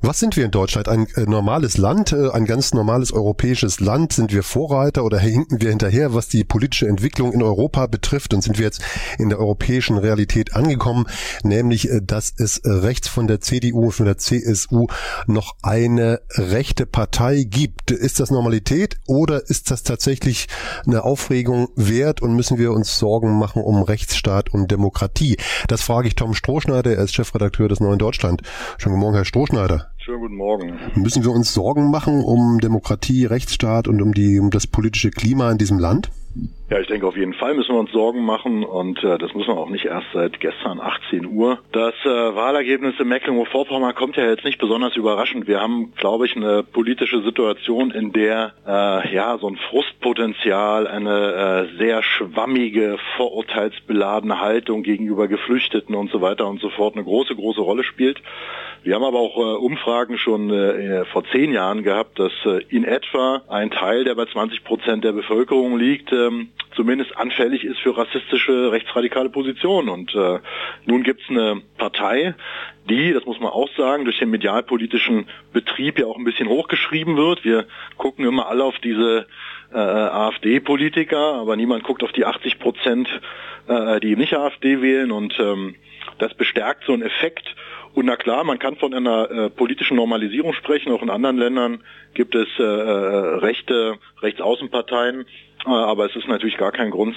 Was sind wir in Deutschland? Ein normales Land, ein ganz normales europäisches Land? Sind wir Vorreiter oder hinken wir hinterher, was die politische Entwicklung in Europa betrifft? Und sind wir jetzt in der europäischen Realität angekommen, nämlich, dass es rechts von der CDU, von der CSU noch eine rechte Partei gibt? Ist das Normalität oder ist das tatsächlich eine Aufregung wert und müssen wir uns Sorgen machen um Rechtsstaat und Demokratie? Das frage ich Tom Strohschneider, er ist Chefredakteur des Neuen Deutschland. Schönen guten Morgen, Herr Strohschneider. Schönen guten Morgen. Müssen wir uns Sorgen machen um Demokratie, Rechtsstaat und um das politische Klima in diesem Land? Ja, ich denke, auf jeden Fall müssen wir uns Sorgen machen und das müssen wir auch nicht erst seit gestern 18 Uhr. Das Wahlergebnis in Mecklenburg-Vorpommern kommt ja jetzt nicht besonders überraschend. Wir haben, glaube ich, eine politische Situation, in der so ein Frustpotenzial, eine sehr schwammige, vorurteilsbeladene Haltung gegenüber Geflüchteten und so weiter und so fort eine große, große Rolle spielt. Wir haben aber auch Umfragen schon vor 10 Jahren gehabt, dass in etwa ein Teil, der bei 20% der Bevölkerung liegt, zumindest anfällig ist für rassistische, rechtsradikale Positionen. Und nun gibt es eine Partei, die, das muss man auch sagen, durch den medialpolitischen Betrieb ja auch ein bisschen hochgeschrieben wird. Wir gucken immer alle auf diese AfD-Politiker, aber niemand guckt auf die 80%, die nicht AfD wählen. Und das bestärkt so einen Effekt. Und na klar, man kann von einer politischen Normalisierung sprechen. Auch in anderen Ländern gibt es Rechtsaußenparteien. Aber es ist natürlich gar kein Grund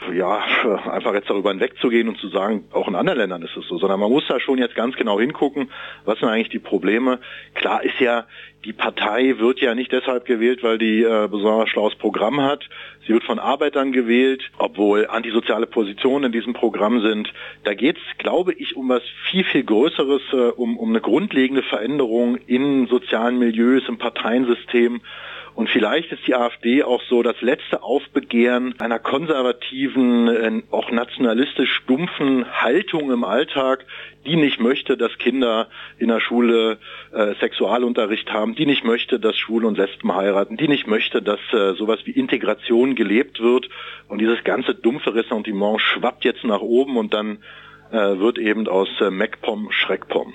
einfach jetzt darüber hinwegzugehen und zu sagen, auch in anderen Ländern ist es so, sondern man muss da schon jetzt ganz genau hingucken, was sind eigentlich die Probleme. Klar ist ja, die Partei wird ja nicht deshalb gewählt, weil die besonders schlaues Programm hat. Sie wird von Arbeitern gewählt, obwohl antisoziale Positionen in diesem Programm sind. Da geht es, glaube ich, um was viel, viel Größeres, um eine grundlegende Veränderung in sozialen Milieus, im Parteiensystem. Und vielleicht ist die AfD auch so das letzte Aufbegehren einer konservativen, auch nationalistisch stumpfen Haltung im Alltag, die nicht möchte, dass Kinder in der Schule Sexualunterricht haben, die nicht möchte, dass Schwule und Lesben heiraten, die nicht möchte, dass sowas wie Integration gelebt wird. Und dieses ganze dumpfe Ressentiment schwappt jetzt nach oben und dann wird eben aus MacPom Schreckpom.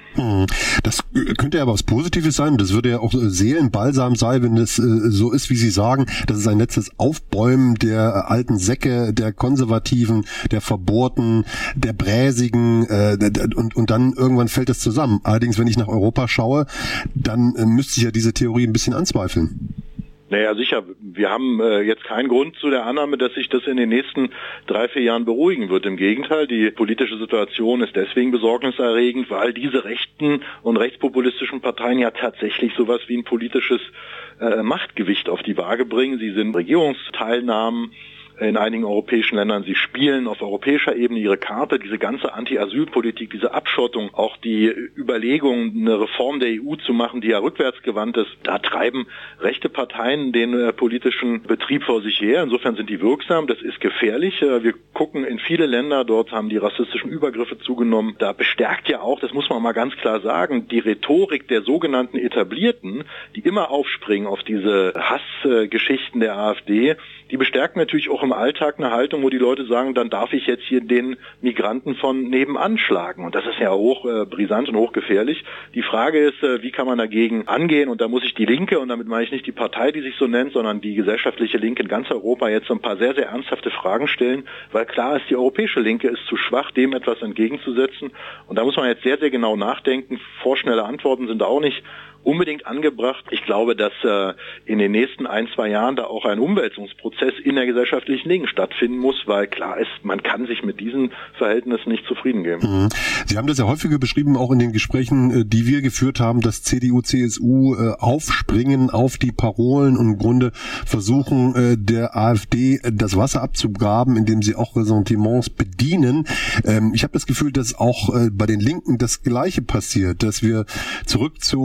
Das könnte ja aber was Positives sein. Das würde ja auch Seelenbalsam sein, wenn es so ist, wie Sie sagen. Das ist ein letztes Aufbäumen der alten Säcke, der Konservativen, der Verbohrten, der Bräsigen und dann irgendwann fällt es zusammen. Allerdings, wenn ich nach Europa schaue, dann müsste ich ja diese Theorie ein bisschen anzweifeln. Naja, sicher. Wir haben jetzt keinen Grund zu der Annahme, dass sich das in den nächsten 3-4 Jahren beruhigen wird. Im Gegenteil, die politische Situation ist deswegen besorgniserregend, weil diese rechten und rechtspopulistischen Parteien ja tatsächlich sowas wie ein politisches Machtgewicht auf die Waage bringen. Sie sind Regierungsteilnahmen in einigen europäischen Ländern. Sie spielen auf europäischer Ebene ihre Karte. Diese ganze Anti-Asyl-Politik, diese Abschottung, auch die Überlegung, eine Reform der EU zu machen, die ja rückwärtsgewandt ist, da treiben rechte Parteien den politischen Betrieb vor sich her. Insofern sind die wirksam. Das ist gefährlich. Wir gucken in viele Länder, dort haben die rassistischen Übergriffe zugenommen. Da bestärkt ja auch, das muss man mal ganz klar sagen, die Rhetorik der sogenannten Etablierten, die immer aufspringen auf diese Hassgeschichten der AfD, die bestärken natürlich auch im Alltag eine Haltung, wo die Leute sagen, dann darf ich jetzt hier den Migranten von nebenan schlagen. Und das ist ja hoch brisant und hochgefährlich. Die Frage ist, wie kann man dagegen angehen? Und da muss ich die Linke, und damit meine ich nicht die Partei, die sich so nennt, sondern die gesellschaftliche Linke in ganz Europa jetzt so ein paar sehr, sehr ernsthafte Fragen stellen, weil klar ist, die europäische Linke ist zu schwach, dem etwas entgegenzusetzen. Und da muss man jetzt sehr, sehr genau nachdenken. Vorschnelle Antworten sind auch nicht unbedingt angebracht. Ich glaube, dass in den nächsten 1-2 Jahren da auch ein Umwälzungsprozess in der gesellschaftlichen Linken stattfinden muss, weil klar ist, man kann sich mit diesen Verhältnissen nicht zufrieden geben. Sie haben das ja häufiger beschrieben, auch in den Gesprächen, die wir geführt haben, dass CDU, CSU aufspringen auf die Parolen und im Grunde versuchen, der AfD das Wasser abzugraben, indem sie auch Ressentiments bedienen. Ich habe das Gefühl, dass auch bei den Linken das Gleiche passiert, dass wir zurück zu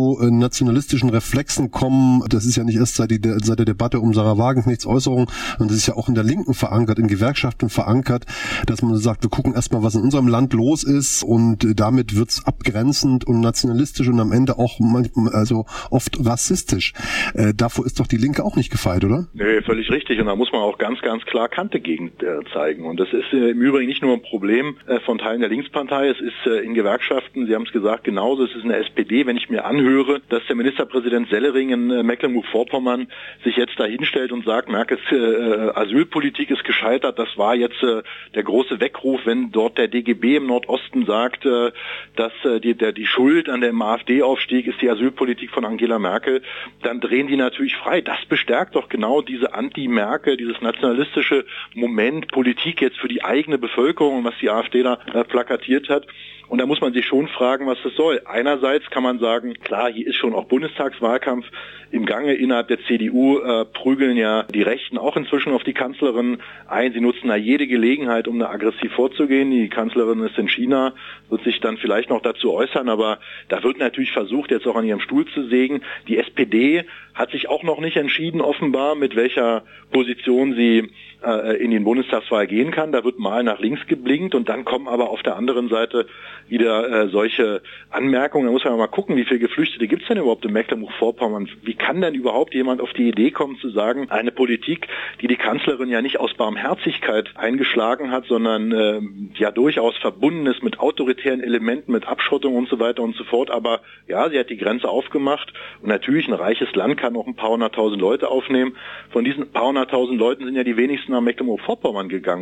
nationalistischen Reflexen kommen. Das ist ja nicht erst seit der Debatte um Sarah Wagenknechts Äußerung, und das ist ja auch in der Linken verankert, in Gewerkschaften verankert, dass man sagt, wir gucken erstmal, was in unserem Land los ist, und damit wird's abgrenzend und nationalistisch und am Ende auch manchmal, also oft rassistisch. Davor ist doch die Linke auch nicht gefeit, oder? Nee, völlig richtig. Und da muss man auch ganz, ganz klar Kante gegen zeigen. Und das ist im Übrigen nicht nur ein Problem von Teilen der Linkspartei. Es ist in Gewerkschaften, Sie haben es gesagt, genauso. Es ist in der SPD, wenn ich mir anhöre, dass der Ministerpräsident Sellering in Mecklenburg-Vorpommern sich jetzt da hinstellt und sagt, Merkels Asylpolitik ist gescheitert. Das war jetzt der große Weckruf, wenn dort der DGB im Nordosten sagt, dass die Schuld an dem AfD-Aufstieg ist die Asylpolitik von Angela Merkel, dann drehen die natürlich frei. Das bestärkt doch genau diese Anti-Merkel, dieses nationalistische Moment, Politik jetzt für die eigene Bevölkerung, was die AfD da plakatiert hat. Und da muss man sich schon fragen, was das soll. Einerseits kann man sagen, klar, hier ist schon auch Bundestagswahlkampf im Gange. Innerhalb der CDU prügeln ja die Rechten auch inzwischen auf die Kanzlerin ein. Sie nutzen da jede Gelegenheit, um da aggressiv vorzugehen. Die Kanzlerin ist in China, wird sich dann vielleicht noch dazu äußern, aber da wird natürlich versucht, jetzt auch an ihrem Stuhl zu sägen. Die SPD hat sich auch noch nicht entschieden, offenbar, mit welcher Position sie in den Bundestagswahl gehen kann. Da wird mal nach links geblinkt, und dann kommen aber auf der anderen Seite wieder solche Anmerkungen. Da muss man mal gucken, wie viele Geflüchtete gibt es denn überhaupt in Mecklenburg-Vorpommern? Wie kann denn überhaupt jemand auf die Idee kommen zu sagen, eine Politik, die Kanzlerin ja nicht aus Barmherzigkeit eingeschlagen hat, sondern ja durchaus verbunden ist mit autoritären Elementen, mit Abschottung und so weiter und so fort. Aber ja, sie hat die Grenze aufgemacht, und natürlich ein reiches Land kann auch ein paar hunderttausend Leute aufnehmen. Von diesen paar hunderttausend Leuten sind ja die wenigsten nach Mecklenburg-Vorpommern gegangen.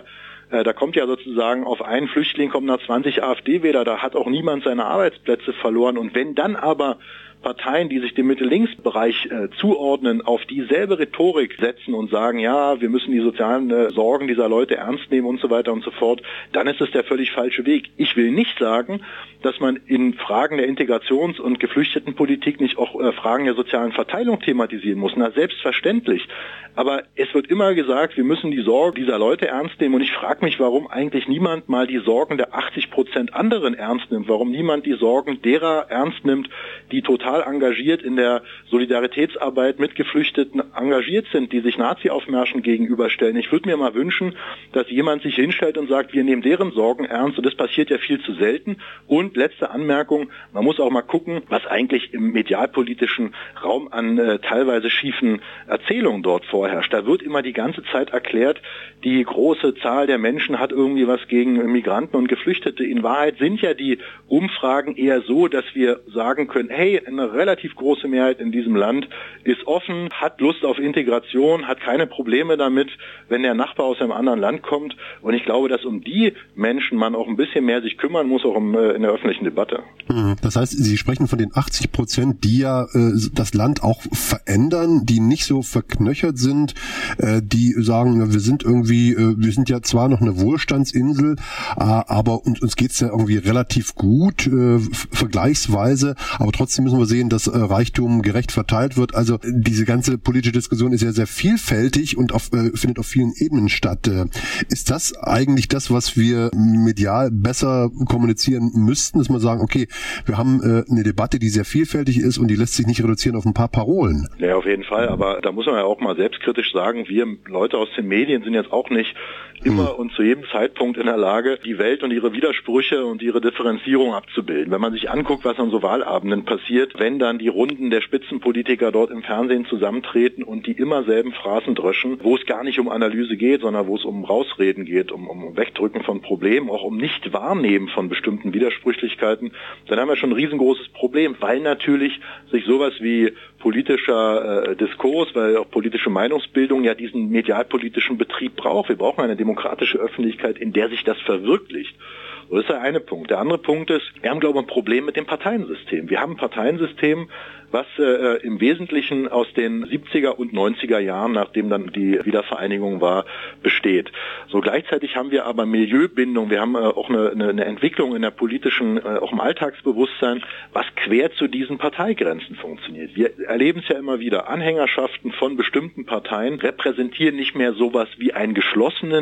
Da kommt ja sozusagen auf einen Flüchtling kommen nach 20 AfD-Wähler, da hat auch niemand seine Arbeitsplätze verloren. Und wenn dann aber Parteien, die sich dem Mitte-Links-Bereich zuordnen, auf dieselbe Rhetorik setzen und sagen, ja, wir müssen die sozialen Sorgen dieser Leute ernst nehmen und so weiter und so fort, dann ist es der völlig falsche Weg. Ich will nicht sagen, dass man in Fragen der Integrations- und Geflüchtetenpolitik nicht auch Fragen der sozialen Verteilung thematisieren muss. Na, selbstverständlich. Aber es wird immer gesagt, wir müssen die Sorgen dieser Leute ernst nehmen. Und ich frage mich, warum eigentlich niemand mal die Sorgen der 80% anderen ernst nimmt. Warum niemand die Sorgen derer ernst nimmt, die total engagiert in der Solidaritätsarbeit mit Geflüchteten engagiert sind, die sich Nazi-Aufmärschen gegenüberstellen. Ich würde mir mal wünschen, dass jemand sich hinstellt und sagt, wir nehmen deren Sorgen ernst. Und das passiert ja viel zu selten. Und letzte Anmerkung, man muss auch mal gucken, was eigentlich im medialpolitischen Raum an teilweise schiefen Erzählungen dort vorherrscht. Da wird immer die ganze Zeit erklärt, die große Zahl der Menschen hat irgendwie was gegen Migranten und Geflüchtete. In Wahrheit sind ja die Umfragen eher so, dass wir sagen können, hey, eine relativ große Mehrheit in diesem Land ist offen, hat Lust auf Integration, hat keine Probleme damit, wenn der Nachbar aus einem anderen Land kommt. Und ich glaube, dass um die Menschen man auch ein bisschen mehr sich kümmern muss, auch in der öffentlichen Debatte. Das heißt, Sie sprechen von den 80%, die ja das Land auch verändern, die nicht so verknöchert sind, die sagen, wir sind ja zwar noch eine Wohlstandsinsel, aber uns geht's ja irgendwie relativ gut, vergleichsweise, aber trotzdem müssen wir sehen, dass Reichtum gerecht verteilt wird. Also diese ganze politische Diskussion ist ja sehr vielfältig und findet auf vielen Ebenen statt. Ist das eigentlich das, was wir medial besser kommunizieren müssten, dass wir sagen, okay, wir haben eine Debatte, die sehr vielfältig ist und die lässt sich nicht reduzieren auf ein paar Parolen? Ja, auf jeden Fall, aber da muss man ja auch mal selbstkritisch sagen, wir Leute aus den Medien sind jetzt auch nicht immer und zu jedem Zeitpunkt in der Lage, die Welt und ihre Widersprüche und ihre Differenzierung abzubilden. Wenn man sich anguckt, was an so Wahlabenden passiert, wenn dann die Runden der Spitzenpolitiker dort im Fernsehen zusammentreten und die immer selben Phrasen dröschen, wo es gar nicht um Analyse geht, sondern wo es um Rausreden geht, um Wegdrücken von Problemen, auch um Nicht-Wahrnehmen von bestimmten Widersprüchlichkeiten, dann haben wir schon ein riesengroßes Problem, weil natürlich sich sowas wie politischer Diskurs, weil auch politische Meinungsbildung ja diesen medialpolitischen Betrieb braucht. Wir brauchen eine demokratische Öffentlichkeit, in der sich das verwirklicht. So, das ist der eine Punkt. Der andere Punkt ist, wir haben, glaube ich, ein Problem mit dem Parteiensystem. Wir haben ein Parteiensystem, was im Wesentlichen aus den 70er und 90er Jahren, nachdem dann die Wiedervereinigung war, besteht. So gleichzeitig haben wir aber Milieubindung, wir haben auch eine Entwicklung in der politischen, auch im Alltagsbewusstsein, was quer zu diesen Parteigrenzen funktioniert. Wir erleben es ja immer wieder, Anhängerschaften von bestimmten Parteien repräsentieren nicht mehr sowas wie einen geschlossenen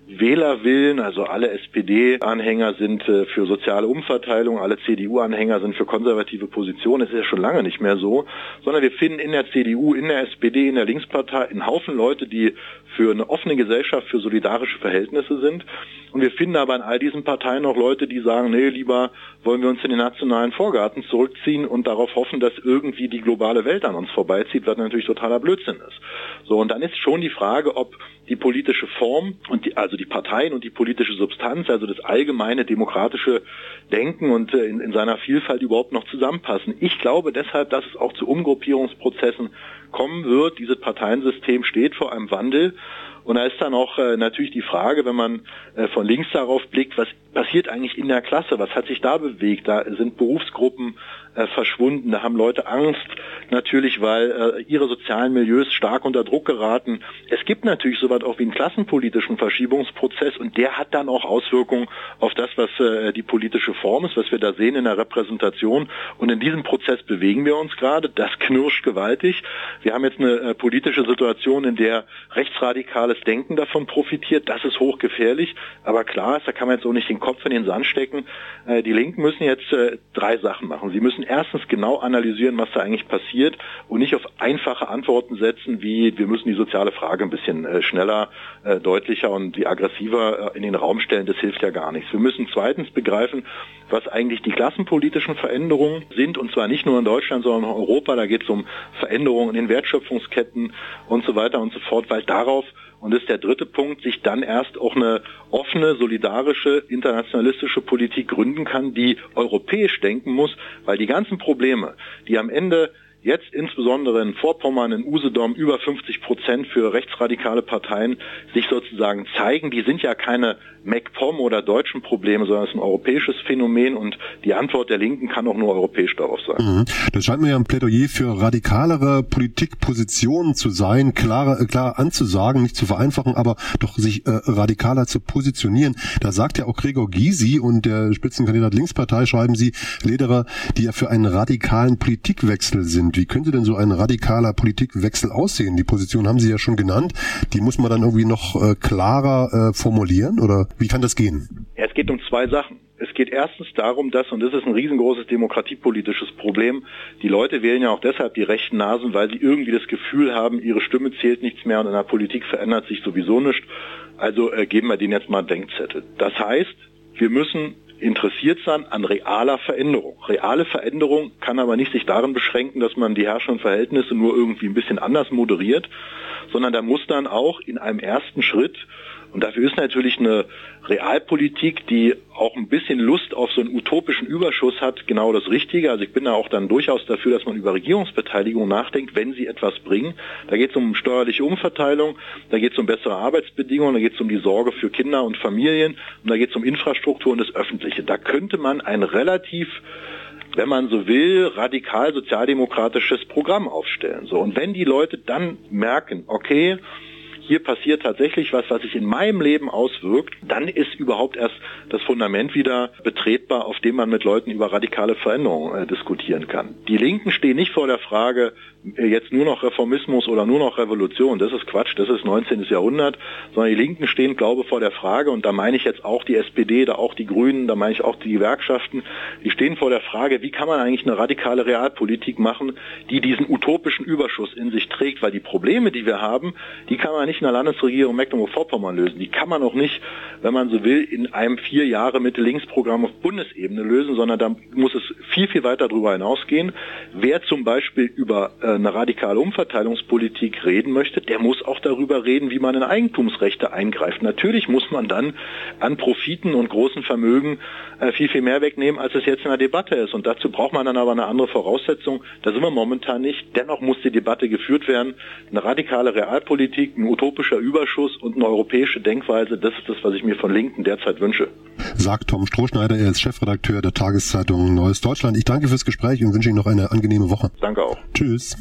Wählerwillen, also alle SPD-Anhänger sind für soziale Umverteilung, alle CDU-Anhänger sind für konservative Positionen. Es ist ja schon lange nicht mehr so, sondern wir finden in der CDU, in der SPD, in der Linkspartei einen Haufen Leute, die für eine offene Gesellschaft, für solidarische Verhältnisse sind. Und wir finden aber in all diesen Parteien auch Leute, die sagen, nee, lieber wollen wir uns in den nationalen Vorgarten zurückziehen und darauf hoffen, dass irgendwie die globale Welt an uns vorbeizieht, was natürlich totaler Blödsinn ist. So, und dann ist schon die Frage, ob die politische Form und die Parteien und die politische Substanz, also das allgemeine demokratische Denken und in seiner Vielfalt überhaupt noch zusammenpassen. Ich glaube deshalb, dass es auch zu Umgruppierungsprozessen kommen wird. Dieses Parteiensystem steht vor einem Wandel. Und da ist dann auch natürlich die Frage, wenn man von links darauf blickt, was passiert eigentlich in der Klasse? Was hat sich da bewegt? Da sind Berufsgruppen verschwunden, da haben Leute Angst, natürlich, weil ihre sozialen Milieus stark unter Druck geraten. Es gibt natürlich so etwas auch wie einen klassenpolitischen Verschiebungsprozess und der hat dann auch Auswirkungen auf das, was die politische Form ist, was wir da sehen in der Repräsentation. Und in diesem Prozess bewegen wir uns gerade. Das knirscht gewaltig. Wir haben jetzt eine politische Situation, in der rechtsradikales Denken davon profitiert. Das ist hochgefährlich. Aber klar ist, da kann man jetzt auch nicht den Kopf in den Sand stecken. Die Linken müssen jetzt 3 Sachen machen. Sie müssen erstens genau analysieren, was da eigentlich passiert und nicht auf einfache Antworten setzen, wie wir müssen die soziale Frage ein bisschen schneller, deutlicher und die aggressiver in den Raum stellen. Das hilft ja gar nichts. Wir müssen zweitens begreifen, was eigentlich die klassenpolitischen Veränderungen sind, und zwar nicht nur in Deutschland, sondern in Europa. Da geht es um Veränderungen in den Wertschöpfungsketten und so weiter und so fort, weil darauf, und das ist der dritte Punkt, sich dann erst auch eine offene, solidarische, internationalistische Politik gründen kann, die europäisch denken muss, weil die ganzen Probleme, die am Ende jetzt insbesondere in Vorpommern, in Usedom über 50% für rechtsradikale Parteien sich sozusagen zeigen, die sind ja keine MacPom oder deutschen Probleme, sondern es ist ein europäisches Phänomen und die Antwort der Linken kann auch nur europäisch darauf sein. Das scheint mir ja ein Plädoyer für radikalere Politikpositionen zu sein, klar anzusagen, nicht zu vereinfachen, aber doch sich radikaler zu positionieren. Da sagt ja auch Gregor Gysi und der Spitzenkandidat Linkspartei, schreiben sie, Lederer, die ja für einen radikalen Politikwechsel sind. Wie könnte denn so ein radikaler Politikwechsel aussehen? Die Position haben Sie ja schon genannt. Die muss man dann irgendwie noch klarer formulieren, oder wie kann das gehen? Ja, es geht um 2 Sachen. Es geht erstens darum, dass, und das ist ein riesengroßes demokratiepolitisches Problem, die Leute wählen ja auch deshalb die rechten Nasen, weil sie irgendwie das Gefühl haben, ihre Stimme zählt nichts mehr und in der Politik verändert sich sowieso nichts. Also geben wir denen jetzt mal einen Denkzettel. Das heißt, wir müssen interessiert sein an realer Veränderung. Reale Veränderung kann aber nicht sich darin beschränken, dass man die herrschenden Verhältnisse nur irgendwie ein bisschen anders moderiert, sondern da muss dann auch in einem ersten Schritt, und dafür ist natürlich eine Realpolitik, die auch ein bisschen Lust auf so einen utopischen Überschuss hat, genau das Richtige. Also ich bin da auch dann durchaus dafür, dass man über Regierungsbeteiligung nachdenkt, wenn sie etwas bringen. Da geht es um steuerliche Umverteilung, da geht es um bessere Arbeitsbedingungen, da geht es um die Sorge für Kinder und Familien und da geht es um Infrastruktur und das Öffentliche. Da könnte man ein relativ, wenn man so will, radikal sozialdemokratisches Programm aufstellen. So, und wenn die Leute dann merken, okay, hier passiert tatsächlich was sich in meinem Leben auswirkt, dann ist überhaupt erst das Fundament wieder betretbar, auf dem man mit Leuten über radikale Veränderungen diskutieren kann. Die Linken stehen nicht vor der Frage, jetzt nur noch Reformismus oder nur noch Revolution. Das ist Quatsch, das ist 19. Jahrhundert, sondern die Linken stehen, glaube ich, vor der Frage, und da meine ich jetzt auch die SPD, da auch die Grünen, da meine ich auch die Gewerkschaften, die stehen vor der Frage, wie kann man eigentlich eine radikale Realpolitik machen, die diesen utopischen Überschuss in sich trägt, weil die Probleme, die wir haben, die kann man nicht in der Landesregierung Mecklenburg-Vorpommern lösen. Die kann man auch nicht, wenn man so will, in einem 4 Jahre Mitte-Links-Programm auf Bundesebene lösen, sondern da muss es viel, viel weiter darüber hinausgehen. Wer zum Beispiel über eine radikale Umverteilungspolitik reden möchte, der muss auch darüber reden, wie man in Eigentumsrechte eingreift. Natürlich muss man dann an Profiten und großen Vermögen viel, viel mehr wegnehmen, als es jetzt in der Debatte ist. Und dazu braucht man dann aber eine andere Voraussetzung. Da sind wir momentan nicht. Dennoch muss die Debatte geführt werden. Eine radikale Realpolitik, ein utopischer Überschuss und eine europäische Denkweise, das ist das, was ich mir von Linken derzeit wünsche. Sagt Tom Strohschneider, er ist Chefredakteur der Tageszeitung Neues Deutschland. Ich danke fürs Gespräch und wünsche Ihnen noch eine angenehme Woche. Danke auch. Tschüss.